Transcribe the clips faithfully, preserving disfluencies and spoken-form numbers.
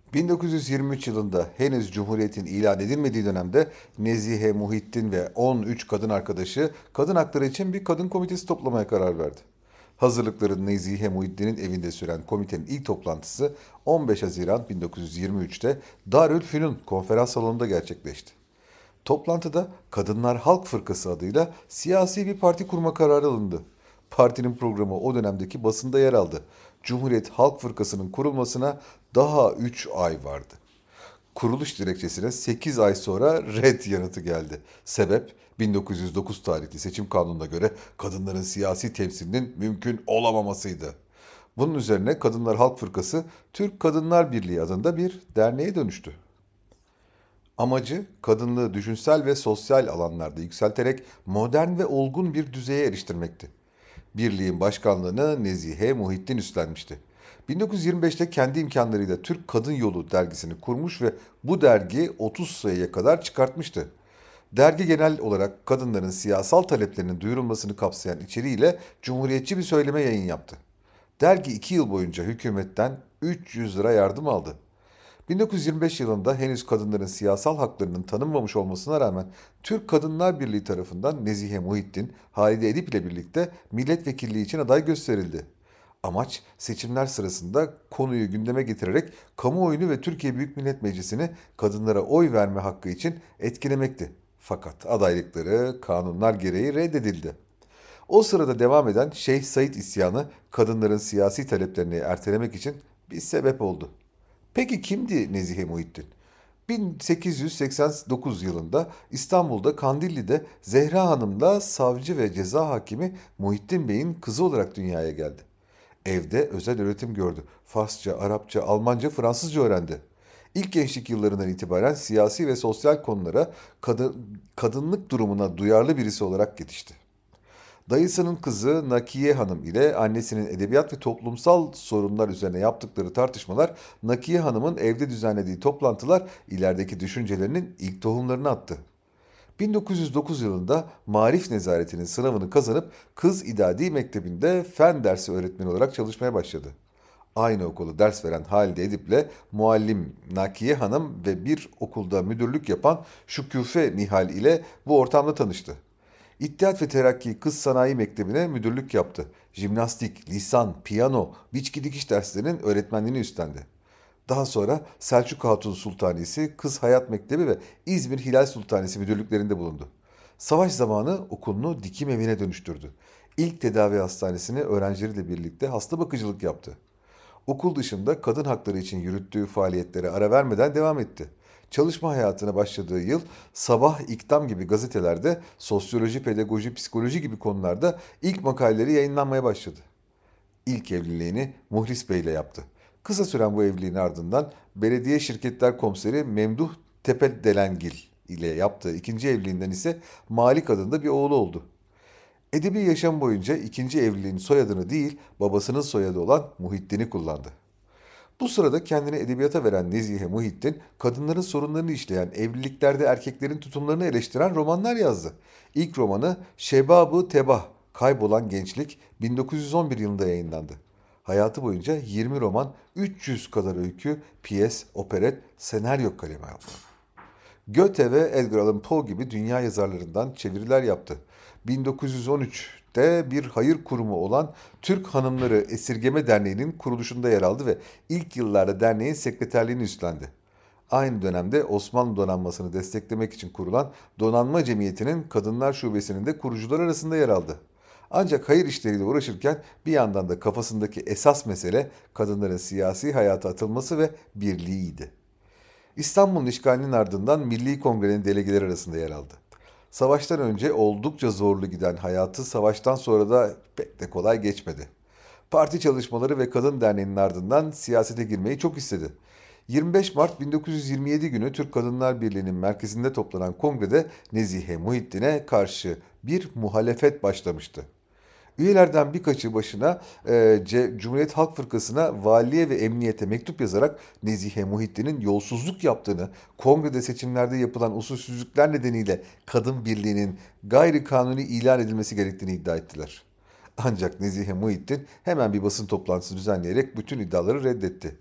bin dokuz yüz yirmi üç yılında henüz Cumhuriyet'in ilan edilmediği dönemde Nezihe Muhittin ve on üç kadın arkadaşı kadın hakları için bir kadın komitesi toplamaya karar verdi. Hazırlıkları Nezihe Muhittin'in evinde süren komitenin ilk toplantısı on beş Haziran bin dokuz yüz yirmi üçte Darülfünun konferans salonunda gerçekleşti. Toplantıda Kadınlar Halk Fırkası adıyla siyasi bir parti kurma kararı alındı. Partinin programı o dönemdeki basında yer aldı. Cumhuriyet Halk Fırkası'nın kurulmasına daha üç ay vardı. Kuruluş dilekçesine sekiz ay sonra red yanıtı geldi. Sebep bin dokuz yüz dokuz tarihli seçim kanununa göre kadınların siyasi temsilinin mümkün olamamasıydı. Bunun üzerine Kadınlar Halk Fırkası Türk Kadınlar Birliği adında bir derneğe dönüştü. Amacı kadınlığı düşünsel ve sosyal alanlarda yükselterek modern ve olgun bir düzeye eriştirmekti. Birliğin başkanlığını Nezihe Muhittin üstlenmişti. bin dokuz yüz yirmi beşte kendi imkanlarıyla Türk Kadın Yolu dergisini kurmuş ve bu dergi otuz sayıya kadar çıkartmıştı. Dergi genel olarak kadınların siyasal taleplerinin duyurulmasını kapsayan içeriğiyle cumhuriyetçi bir söyleme yayın yaptı. Dergi iki yıl boyunca hükümetten üç yüz lira yardım aldı. bin dokuz yüz yirmi beş yılında henüz kadınların siyasal haklarının tanınmamış olmasına rağmen Türk Kadınlar Birliği tarafından Nezihe Muhittin, Halide Edip ile birlikte milletvekilliği için aday gösterildi. Amaç seçimler sırasında konuyu gündeme getirerek kamuoyunu ve Türkiye Büyük Millet Meclisi'ni kadınlara oy verme hakkı için etkilemekti. Fakat adaylıkları kanunlar gereği reddedildi. O sırada devam eden Şeyh Said isyanı kadınların siyasi taleplerini ertelemek için bir sebep oldu. Peki kimdi Nezihe Muhittin? bin sekiz yüz seksen dokuz yılında İstanbul'da Kandilli'de Zehra Hanım'la savcı ve ceza hakimi Muhittin Bey'in kızı olarak dünyaya geldi. Evde özel öğretim gördü. Farsça, Arapça, Almanca, Fransızca öğrendi. İlk gençlik yıllarından itibaren siyasi ve sosyal konulara, kadın, kadınlık durumuna duyarlı birisi olarak yetişti. Dayısının kızı Nakiye Hanım ile annesinin edebiyat ve toplumsal sorunlar üzerine yaptıkları tartışmalar, Nakiye Hanım'ın evde düzenlediği toplantılar ilerideki düşüncelerinin ilk tohumlarını attı. bin dokuz yüz dokuz yılında Marif Nezaretinin sınavını kazanıp Kız İdadi Mektebi'nde fen dersi öğretmeni olarak çalışmaya başladı. Aynı okulu ders veren Halide Edip'le muallim Nakiye Hanım ve bir okulda müdürlük yapan Şüküfe Nihal ile bu ortamda tanıştı. İttihat ve Terakki Kız Sanayi Mektebi'ne müdürlük yaptı. Jimnastik, lisan, piyano, biçki dikiş derslerinin öğretmenliğini üstlendi. Daha sonra Selçuk Hatun Sultanisi, Kız Hayat Mektebi ve İzmir Hilal Sultanisi müdürlüklerinde bulundu. Savaş zamanı okulunu dikim evine dönüştürdü. İlk tedavi hastanesine öğrencileriyle birlikte hasta bakıcılık yaptı. Okul dışında kadın hakları için yürüttüğü faaliyetlere ara vermeden devam etti. Çalışma hayatına başladığı yıl Sabah, İktam gibi gazetelerde sosyoloji, pedagoji, psikoloji gibi konularda ilk makaleleri yayınlanmaya başladı. İlk evliliğini Muhlis Bey ile yaptı. Kısa süren bu evliliğin ardından Belediye Şirketler Komiseri Memduh Tepedelengil ile yaptığı ikinci evliliğinden ise Malik adında bir oğlu oldu. Edebi yaşam boyunca ikinci evliliğin soyadını değil, babasının soyadı olan Muhittin'i kullandı. Bu sırada kendini edebiyata veren Nezihe Muhittin, kadınların sorunlarını işleyen, evliliklerde erkeklerin tutumlarını eleştiren romanlar yazdı. İlk romanı Şebab-ı Tebah, Kaybolan Gençlik bin dokuz yüz on bir yılında yayınlandı. Hayatı boyunca yirmi roman, üç yüz kadar öykü, piyes, operet, senaryo kaleme aldı. Goethe ve Edgar Allan Poe gibi dünya yazarlarından çeviriler yaptı. bin dokuz yüz on üçte bir hayır kurumu olan Türk Hanımları Esirgeme Derneği'nin kuruluşunda yer aldı ve ilk yıllarda derneğin sekreterliğini üstlendi. Aynı dönemde Osmanlı donanmasını desteklemek için kurulan Donanma Cemiyeti'nin Kadınlar Şubesi'nin de kurucular arasında yer aldı. Ancak hayır işleriyle uğraşırken bir yandan da kafasındaki esas mesele kadınların siyasi hayata atılması ve birliğiydi. İstanbul'un işgalinin ardından Milli Kongre'nin delegeleri arasında yer aldı. Savaştan önce oldukça zorlu giden hayatı savaştan sonra da pek de kolay geçmedi. Parti çalışmaları ve Kadın Derneği'nin ardından siyasete girmeyi çok istedi. yirmi beş Mart bin dokuz yüz yirmi yedi günü Türk Kadınlar Birliği'nin merkezinde toplanan kongrede Nezihe Muhittin'e karşı bir muhalefet başlamıştı. Üyelerden birkaçı başına e, C- Cumhuriyet Halk Fırkası'na, valiliğe ve emniyete mektup yazarak Nezihe Muhittin'in yolsuzluk yaptığını, kongrede seçimlerde yapılan usulsüzlükler nedeniyle kadın birliğinin gayri kanuni ilan edilmesi gerektiğini iddia ettiler. Ancak Nezihe Muhittin hemen bir basın toplantısı düzenleyerek bütün iddiaları reddetti.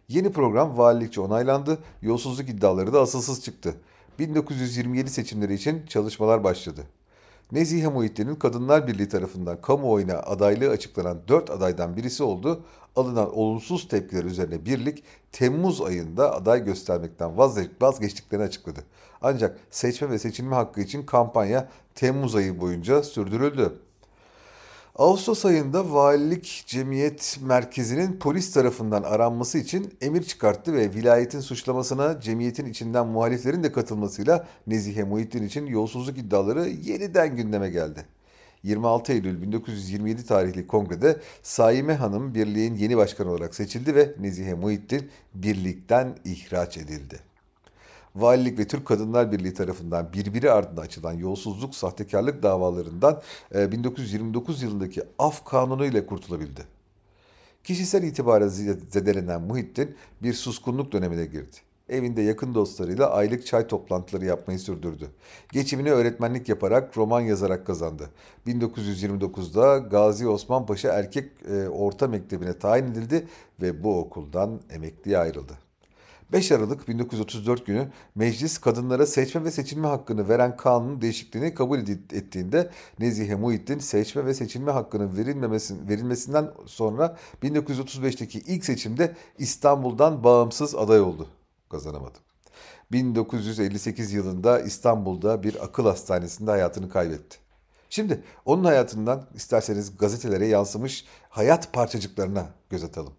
Yeni program valilikçe onaylandı, yolsuzluk iddiaları da asılsız çıktı. bin dokuz yüz yirmi yedi seçimleri için çalışmalar başladı. Nezihe Muhittin'in Kadınlar Birliği tarafından kamuoyuna adaylığı açıklanan dört adaydan birisi oldu. Alınan olumsuz tepkiler üzerine birlik Temmuz ayında aday göstermekten vazgeçtiklerini açıkladı. Ancak seçme ve seçilme hakkı için kampanya Temmuz ayı boyunca sürdürüldü. Ağustos ayında Valilik Cemiyet Merkezi'nin polis tarafından aranması için emir çıkarttı ve vilayetin suçlamasına cemiyetin içinden muhaliflerin de katılmasıyla Nezihe Muhittin için yolsuzluk iddiaları yeniden gündeme geldi. yirmi altı Eylül bin dokuz yüz yirmi yedi tarihli kongrede Saime Hanım birliğin yeni başkanı olarak seçildi ve Nezihe Muhittin birlikten ihraç edildi. Valilik ve Türk Kadınlar Birliği tarafından birbiri ardına açılan yolsuzluk, sahtekarlık davalarından e, bin dokuz yüz yirmi dokuz yılındaki af kanunu ile kurtulabildi. Kişisel itibarı zedelenen Muhittin bir suskunluk dönemine girdi. Evinde yakın dostlarıyla aylık çay toplantıları yapmayı sürdürdü. Geçimini öğretmenlik yaparak, roman yazarak kazandı. bin dokuz yüz yirmi dokuzda Gazi Osman Paşa Erkek e, Orta Mektebi'ne tayin edildi ve bu okuldan emekliye ayrıldı. beş Aralık bin dokuz yüz otuz dört günü meclis kadınlara seçme ve seçilme hakkını veren kanunun değişikliğini kabul ettiğinde Nezihe Muhittin seçme ve seçilme hakkının verilmemesi, verilmesinden sonra bin dokuz yüz otuz beşteki ilk seçimde İstanbul'dan bağımsız aday oldu. Kazanamadı. bin dokuz yüz elli sekiz yılında İstanbul'da bir akıl hastanesinde hayatını kaybetti. Şimdi onun hayatından isterseniz gazetelere yansımış hayat parçacıklarına göz atalım.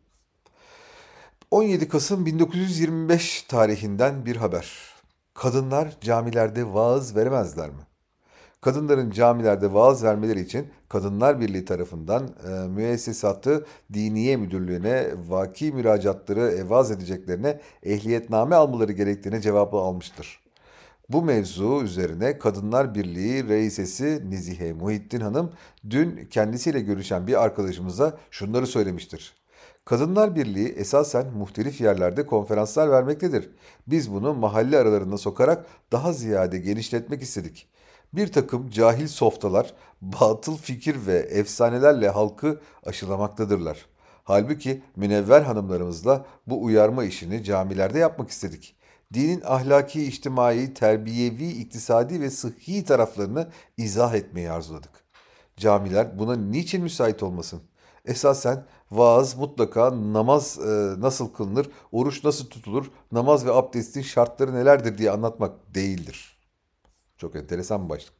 on yedi Kasım bin dokuz yüz yirmi beş tarihinden bir haber. Kadınlar camilerde vaaz veremezler mi? Kadınların camilerde vaaz vermeleri için Kadınlar Birliği tarafından e, Müessesatı Diniye Müdürlüğü'ne vaki müracaatları evaz edeceklerine ehliyetname almaları gerektiğine cevabı almıştır. Bu mevzu üzerine Kadınlar Birliği reisesi Nezihe Muhittin Hanım dün kendisiyle görüşen bir arkadaşımıza şunları söylemiştir. Kadınlar Birliği esasen muhtelif yerlerde konferanslar vermektedir. Biz bunu mahalle aralarına sokarak daha ziyade genişletmek istedik. Bir takım cahil softalar, batıl fikir ve efsanelerle halkı aşılamaktadırlar. Halbuki münevver hanımlarımızla bu uyarma işini camilerde yapmak istedik. Dinin ahlaki, içtimai, terbiyevi, iktisadi ve sıhhi taraflarını izah etmeyi arzuladık. Camiler buna niçin müsait olmasın? Esasen vaaz mutlaka namaz e, nasıl kılınır, oruç nasıl tutulur, namaz ve abdestin şartları nelerdir diye anlatmak değildir. Çok enteresan bir başlık.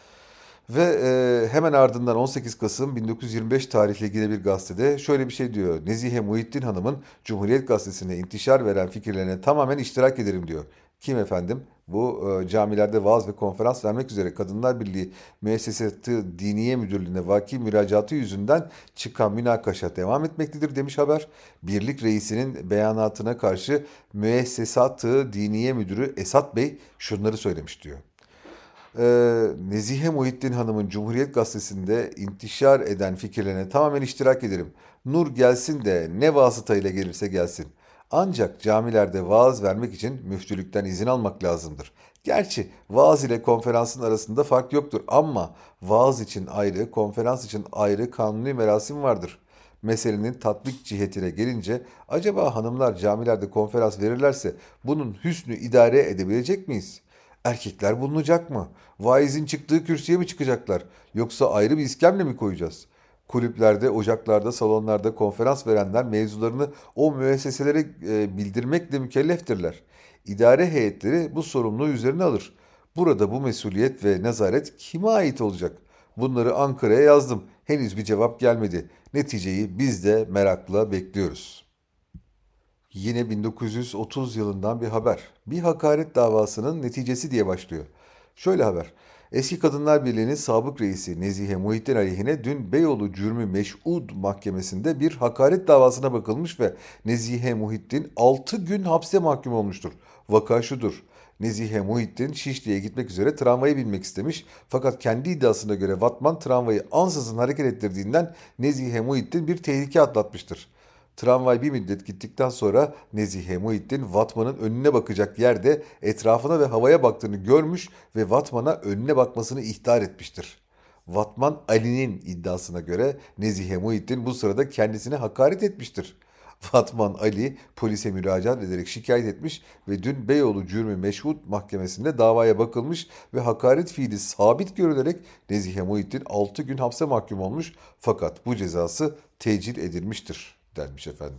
Ve e, hemen ardından on sekiz Kasım bin dokuz yüz yirmi beş tarihli yine bir gazetede şöyle bir şey diyor. Nezihe Muhittin Hanım'ın Cumhuriyet Gazetesi'ne intişar veren fikirlerine tamamen iştirak ederim diyor. Kim efendim? Bu e, camilerde vaaz ve konferans vermek üzere Kadınlar Birliği Müessesatı Diniye Müdürlüğü'ne vaki müracaatı yüzünden çıkan münakaşa devam etmektedir demiş haber. Birlik reisinin beyanatına karşı Müessesatı Diniye Müdürü Esat Bey şunları söylemiş diyor. Ee, Nezihe Muhittin Hanım'ın Cumhuriyet Gazetesi'nde intişar eden fikirlerine tamamen iştirak ederim. Nur gelsin de ne vasıtayla gelirse gelsin. Ancak camilerde vaaz vermek için müftülükten izin almak lazımdır. Gerçi vaaz ile konferansın arasında fark yoktur ama vaaz için ayrı, konferans için ayrı kanuni merasim vardır. Meselenin tatbik cihetine gelince acaba hanımlar camilerde konferans verirlerse bunun hüsnü idare edebilecek miyiz? Erkekler bulunacak mı? Vaizin çıktığı kürsüye mi çıkacaklar? Yoksa ayrı bir iskemle mi koyacağız? Kulüplerde, ocaklarda, salonlarda konferans verenler mevzularını o müesseselere e, bildirmekle mükelleftirler. İdare heyetleri bu sorumluluğu üzerine alır. Burada bu mesuliyet ve nezaret kime ait olacak? Bunları Ankara'ya yazdım. Henüz bir cevap gelmedi. Neticeyi biz de merakla bekliyoruz. Yine bin dokuz yüz otuz yılından bir haber. Bir hakaret davasının neticesi diye başlıyor. Şöyle haber. Eski Kadınlar Birliği'nin sabık reisi Nezihe Muhittin aleyhine dün Beyoğlu Cürmü Meş'ud Mahkemesi'nde bir hakaret davasına bakılmış ve Nezihe Muhittin altı gün hapse mahkum olmuştur. Vaka şudur. Nezihe Muhittin Şişli'ye gitmek üzere tramvaya binmek istemiş. Fakat kendi iddiasına göre Vatman tramvayı ansızın hareket ettirdiğinden Nezihe Muhittin bir tehlike atlatmıştır. Tramvay bir müddet gittikten sonra Nezihe Muhittin Vatman'ın önüne bakacak yerde etrafına ve havaya baktığını görmüş ve Vatman'a önüne bakmasını ihtar etmiştir. Vatman Ali'nin iddiasına göre Nezihe Muhittin bu sırada kendisine hakaret etmiştir. Fatman Ali polise müracaat ederek şikayet etmiş ve dün Beyoğlu Cürmü Meşhut Mahkemesi'nde davaya bakılmış ve hakaret fiili sabit görülerek Nezihe Muhittin altı gün hapse mahkum olmuş fakat bu cezası tecil edilmiştir denmiş efendim.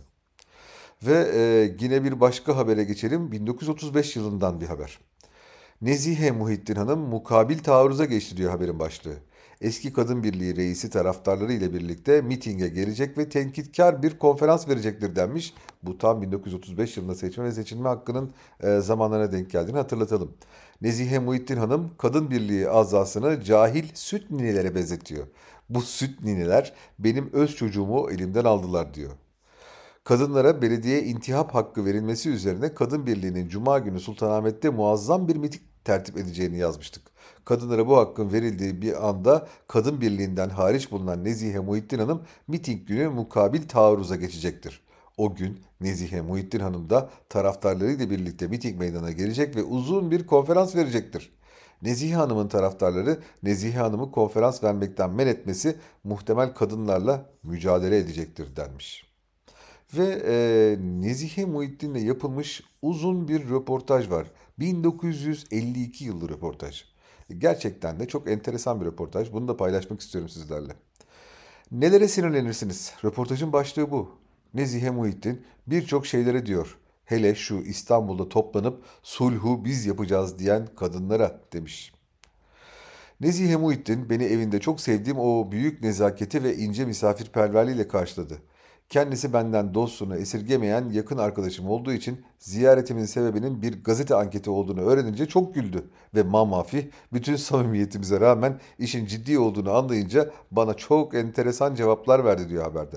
Ve e, yine bir başka habere geçelim. bin dokuz yüz otuz beş yılından bir haber. Nezihe Muhittin Hanım mukabil taarruza geçti diyor haberin başlığı. Eski Kadın Birliği reisi taraftarları ile birlikte mitinge gelecek ve tenkitkar bir konferans verecektir denmiş. Bu tam bin dokuz yüz otuz beş yılında seçme ve seçilme hakkının e, zamanlarına denk geldiğini hatırlatalım. Nezihe Muhittin Hanım Kadın Birliği azasını cahil süt ninelere benzetiyor. Bu süt nineler benim öz çocuğumu elimden aldılar diyor. Kadınlara belediye intihap hakkı verilmesi üzerine Kadın Birliği'nin Cuma günü Sultanahmet'te muazzam bir miting tertip edeceğini yazmıştık. Kadınlara bu hakkın verildiği bir anda Kadın Birliği'nden hariç bulunan Nezihe Muhittin Hanım miting günü mukabil taarruza geçecektir. O gün Nezihe Muhittin Hanım da taraftarlarıyla birlikte miting meydanına gelecek ve uzun bir konferans verecektir. Nezihe Hanım'ın taraftarları Nezihe Hanım'ı konferans vermekten men etmesi muhtemel kadınlarla mücadele edecektir denmiş. Ve e, Nezihe Muhittin'le yapılmış uzun bir röportaj var. bin dokuz yüz elli iki yıllı röportaj. Gerçekten de çok enteresan bir röportaj. Bunu da paylaşmak istiyorum sizlerle. Nelere sinirlenirsiniz? Röportajın başlığı bu. Nezihe Muhittin birçok şeylere diyor. Hele şu İstanbul'da toplanıp sulhu biz yapacağız diyen kadınlara demiş. Nezihe Muhittin beni evinde çok sevdiğim o büyük nezaketi ve ince misafirperverliğiyle karşıladı. Kendisi benden dostluğunu esirgemeyen yakın arkadaşım olduğu için ziyaretimin sebebinin bir gazete anketi olduğunu öğrenince çok güldü. Ve mamafih bütün samimiyetimize rağmen işin ciddi olduğunu anlayınca bana çok enteresan cevaplar verdi diyor haberde.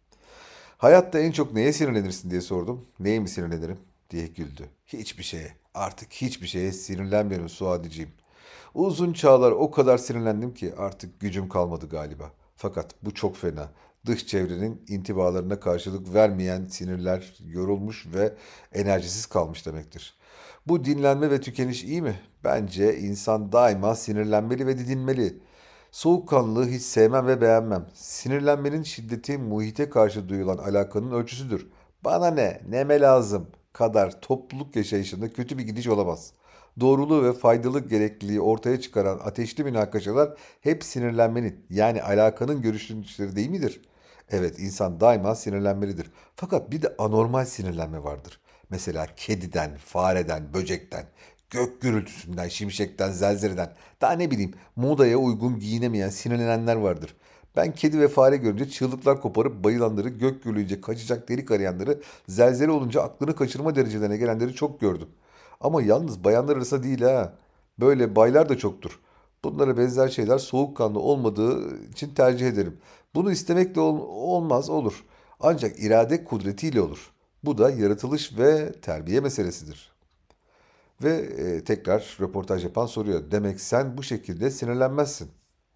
Hayatta en çok neye sinirlenirsin diye sordum. Neye mi sinirlenirim diye güldü. Hiçbir şeye, artık hiçbir şeye sinirlenmiyorum Suadiciğim. Uzun çağlar o kadar sinirlendim ki artık gücüm kalmadı galiba. Fakat bu çok fena. Dış çevrenin intibalarına karşılık vermeyen sinirler yorulmuş ve enerjisiz kalmış demektir. Bu dinlenme ve tükeniş iyi mi? Bence insan daima sinirlenmeli ve didinmeli. Soğukkanlılığı hiç sevmem ve beğenmem. Sinirlenmenin şiddeti muhite karşı duyulan alakanın ölçüsüdür. Bana ne, neme lazım kadar topluluk yaşayışında kötü bir gidiş olamaz. Doğruluğu ve faydalı gerekliliği ortaya çıkaran ateşli münakaşalar hep sinirlenmenin yani alakanın görüşleri değil midir? Evet insan daima sinirlenmelidir. Fakat bir de anormal sinirlenme vardır. Mesela kediden, fareden, böcekten, gök gürültüsünden, şimşekten, zelzeleden, daha ne bileyim modaya uygun giyinemeyen sinirlenenler vardır. Ben kedi ve fare görünce çığlıklar koparıp bayılanları, gök gürleyince kaçacak delik arayanları, zelzele olunca aklını kaçırma derecelerine gelenleri çok gördüm. Ama yalnız bayanlar arasında değil ha. Böyle baylar da çoktur. Bunlara benzer şeyler soğukkanlı olmadığı için tercih ederim. Bunu istemekle ol- olmaz olur. Ancak irade kudretiyle olur. Bu da yaratılış ve terbiye meselesidir. Ve e, tekrar röportaj yapan soruyor. Demek sen bu şekilde sinirlenmezsin.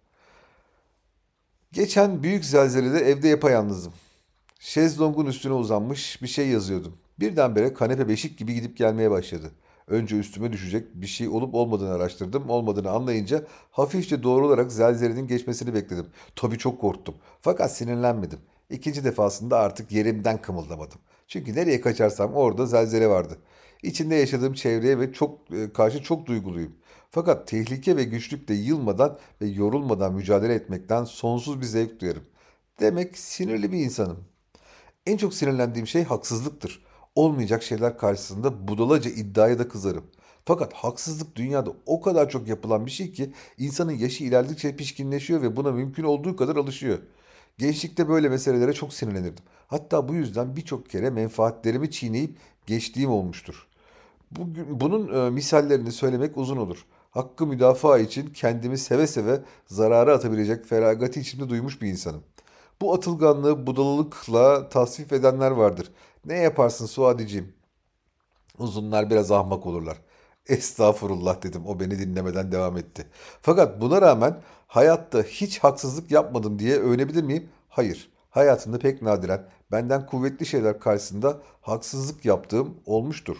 Geçen büyük zelzelede evde yapayalnızdım. Şezlongun üstüne uzanmış bir şey yazıyordum. Birdenbire kanepe beşik gibi gidip gelmeye başladı. Önce üstüme düşecek bir şey olup olmadığını araştırdım. Olmadığını anlayınca hafifçe doğrularak zelzelenin geçmesini bekledim. Tabii çok korktum. Fakat sinirlenmedim. İkinci defasında artık yerimden kımıldamadım. Çünkü nereye kaçarsam orada zelzele vardı. İçinde yaşadığım çevreye ve çok e, karşı çok duyguluyum. Fakat tehlike ve güçlükle yılmadan ve yorulmadan mücadele etmekten sonsuz bir zevk duyarım. Demek sinirli bir insanım. En çok sinirlendiğim şey haksızlıktır. Olmayacak şeyler karşısında budalaca iddiaya da kızarım. Fakat haksızlık dünyada o kadar çok yapılan bir şey ki insanın yaşı ilerledikçe pişkinleşiyor ve buna mümkün olduğu kadar alışıyor. Gençlikte böyle meselelere çok sinirlenirdim. Hatta bu yüzden birçok kere menfaatlerimi çiğneyip geçtiğim olmuştur. Bugün, bunun e, misallerini söylemek uzun olur. Hakkı müdafaa için kendimi seve seve zarara atabilecek feragati içimde duymuş bir insanım. Bu atılganlığı budalalıkla tasvip edenler vardır. Ne yaparsın Suadiciğim? Uzunlar biraz ahmak olurlar. Estağfurullah dedim. O beni dinlemeden devam etti. Fakat buna rağmen hayatta hiç haksızlık yapmadım diye övünebilir miyim? Hayır. Hayatımda pek nadiren benden kuvvetli şeyler karşısında haksızlık yaptığım olmuştur.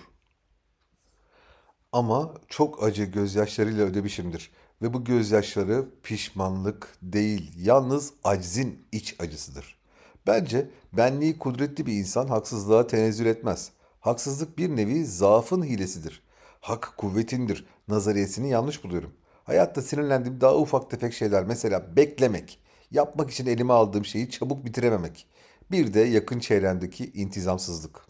Ama çok acı gözyaşlarıyla ödemişimdir. Ve bu gözyaşları pişmanlık değil, yalnız aczin iç acısıdır. Bence benliği kudretli bir insan haksızlığa tenezzül etmez. Haksızlık bir nevi zaafın hilesidir. Hak kuvvetindir. Nazariyesini yanlış buluyorum. Hayatta sinirlendiğim daha ufak tefek şeyler, mesela beklemek. Yapmak için elime aldığım şeyi çabuk bitirememek. Bir de yakın çevrendeki intizamsızlık.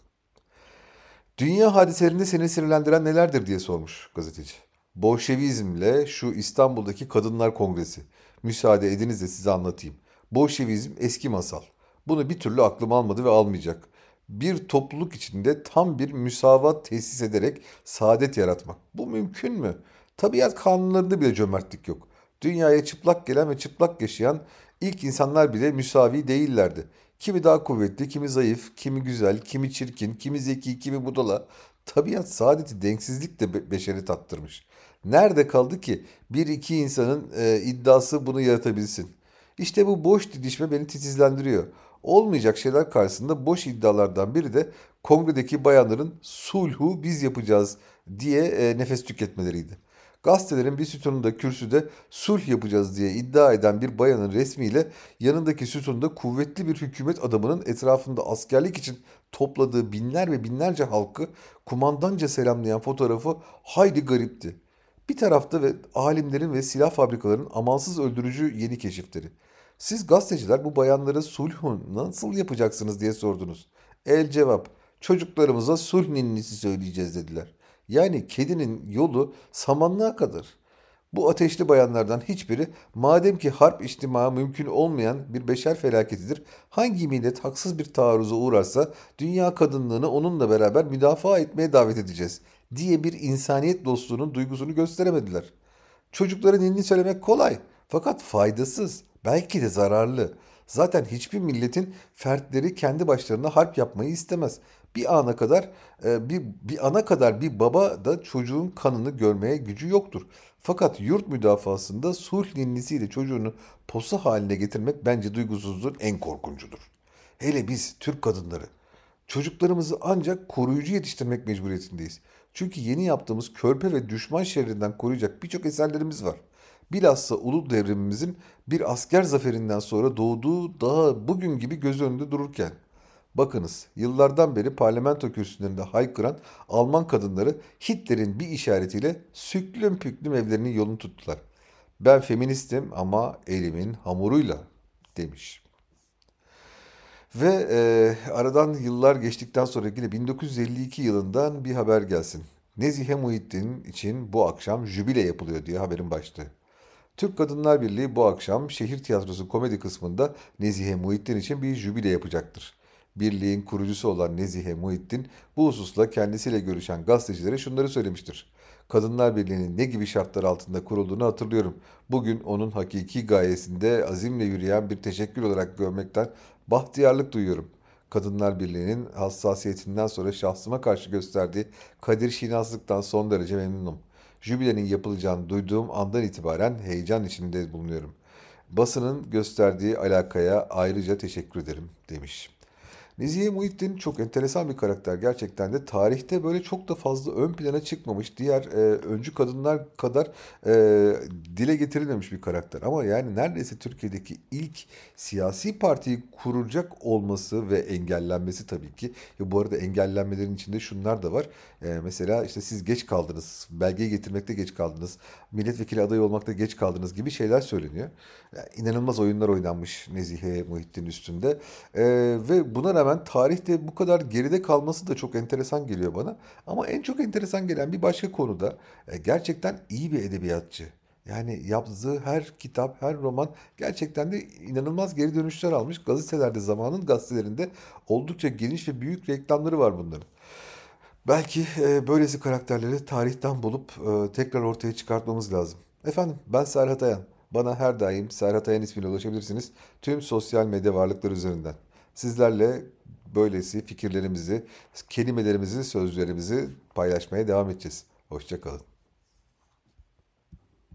Dünya hadiselerinde seni sinirlendiren nelerdir diye sormuş gazeteci. Bolşevizmle şu İstanbul'daki Kadınlar Kongresi. Müsaade ediniz de size anlatayım. Bolşevizm eski masal. Bunu bir türlü aklım almadı ve almayacak. Bir topluluk içinde tam bir müsavat tesis ederek saadet yaratmak. Bu mümkün mü? Tabiat kanunlarında bile cömertlik yok. Dünyaya çıplak gelen ve çıplak yaşayan ilk insanlar bile müsavi değillerdi. Kimi daha kuvvetli, kimi zayıf, kimi güzel, kimi çirkin, kimi zeki, kimi budala. Tabiat saadeti denksizlikle be- beşeri tattırmış. Nerede kaldı ki bir iki insanın e, iddiası bunu yaratabilsin? İşte bu boş didişme beni titizlendiriyor. Olmayacak şeyler karşısında boş iddialardan biri de kongredeki bayanların sulhu biz yapacağız diye e, nefes tüketmeleriydi. Gazetelerin bir sütununda kürsüde sulh yapacağız diye iddia eden bir bayanın resmiyle yanındaki sütunda kuvvetli bir hükümet adamının etrafında askerlik için topladığı binler ve binlerce halkı kumandanca selamlayan fotoğrafı hayli garipti. Bir tarafta ve alimlerin ve silah fabrikalarının amansız öldürücü yeni keşifleri. Siz gazeteciler bu bayanlara sulhu nasıl yapacaksınız diye sordunuz. El cevap, çocuklarımıza sulh ninnisi söyleyeceğiz dediler. Yani kedinin yolu samanlığa kadar. Bu ateşli bayanlardan hiçbiri madem ki harp içtima mümkün olmayan bir beşer felaketidir, hangi millet haksız bir taarruza uğrarsa dünya kadınlığını onunla beraber müdafaa etmeye davet edeceğiz diye bir insaniyet dostluğunun duygusunu gösteremediler. Çocukların dilini söylemek kolay fakat faydasız, belki de zararlı. Zaten hiçbir milletin fertleri kendi başlarına harp yapmayı istemez. Bir ana kadar e, bir, bir ana kadar bir baba da çocuğun kanını görmeye gücü yoktur. Fakat yurt müdafasında sulh ninnisiyle çocuğunu posa haline getirmek bence duygusuzluğun en korkuncudur. Hele biz Türk kadınları çocuklarımızı ancak koruyucu yetiştirmek mecburiyetindeyiz. Çünkü yeni yaptığımız körpe ve düşman şerrinden koruyacak birçok eserlerimiz var. Bilhassa Ulu Devrimimizin bir asker zaferinden sonra doğduğu daha bugün gibi göz önünde dururken. Bakınız, yıllardan beri parlamento kürsülerinde haykıran Alman kadınları Hitler'in bir işaretiyle süklüm püklüm evlerinin yolunu tuttular. Ben feministim ama elimin hamuruyla demiş. Ve e, aradan yıllar geçtikten sonra yine bin dokuz yüz elli iki yılından bir haber gelsin. Nezihe Muhittin için bu akşam jübile yapılıyor diye haberin başlığı. Türk Kadınlar Birliği bu akşam şehir tiyatrosu komedi kısmında Nezihe Muhittin için bir jübile yapacaktır. Birliğin kurucusu olan Nezihe Muhittin bu hususla kendisiyle görüşen gazetecilere şunları söylemiştir. Kadınlar Birliği'nin ne gibi şartlar altında kurulduğunu hatırlıyorum. Bugün onun hakiki gayesinde azimle yürüyen bir teşekkür olarak görmekten bahtiyarlık duyuyorum. Kadınlar Birliği'nin hassasiyetinden sonra şahsıma karşı gösterdiği kadir şinaslıktan son derece memnunum. Jübilenin yapılacağını duyduğum andan itibaren heyecan içinde bulunuyorum. Basının gösterdiği alakaya ayrıca teşekkür ederim demiş. Nezihe Muhittin çok enteresan bir karakter. Gerçekten de tarihte böyle çok da fazla ön plana çıkmamış, diğer e, öncü kadınlar kadar e, dile getirilmemiş bir karakter. Ama yani neredeyse Türkiye'deki ilk siyasi partiyi kuracak olması ve engellenmesi tabii ki. Ya bu arada engellenmelerin içinde şunlar da var. E, mesela işte siz geç kaldınız, belgeyi getirmekte geç kaldınız, milletvekili adayı olmakta geç kaldınız gibi şeyler söyleniyor. Yani inanılmaz oyunlar oynanmış Nezihe Muhittin üstünde. Ee, ve buna rağmen tarihte bu kadar geride kalması da çok enteresan geliyor bana. Ama en çok enteresan gelen bir başka konu da e, gerçekten iyi bir edebiyatçı. Yani yaptığı her kitap, her roman gerçekten de inanılmaz geri dönüşler almış. Gazetelerde, zamanın gazetelerinde oldukça geniş ve büyük reklamları var bunların. Belki e, böylesi karakterleri tarihten bulup e, tekrar ortaya çıkartmamız lazım. Efendim, ben Serhat Ayan. Bana her daim Serhat Ayan ismiyle ulaşabilirsiniz. Tüm sosyal medya varlıkları üzerinden. Sizlerle böylesi fikirlerimizi, kelimelerimizi, sözlerimizi paylaşmaya devam edeceğiz. Hoşça kalın.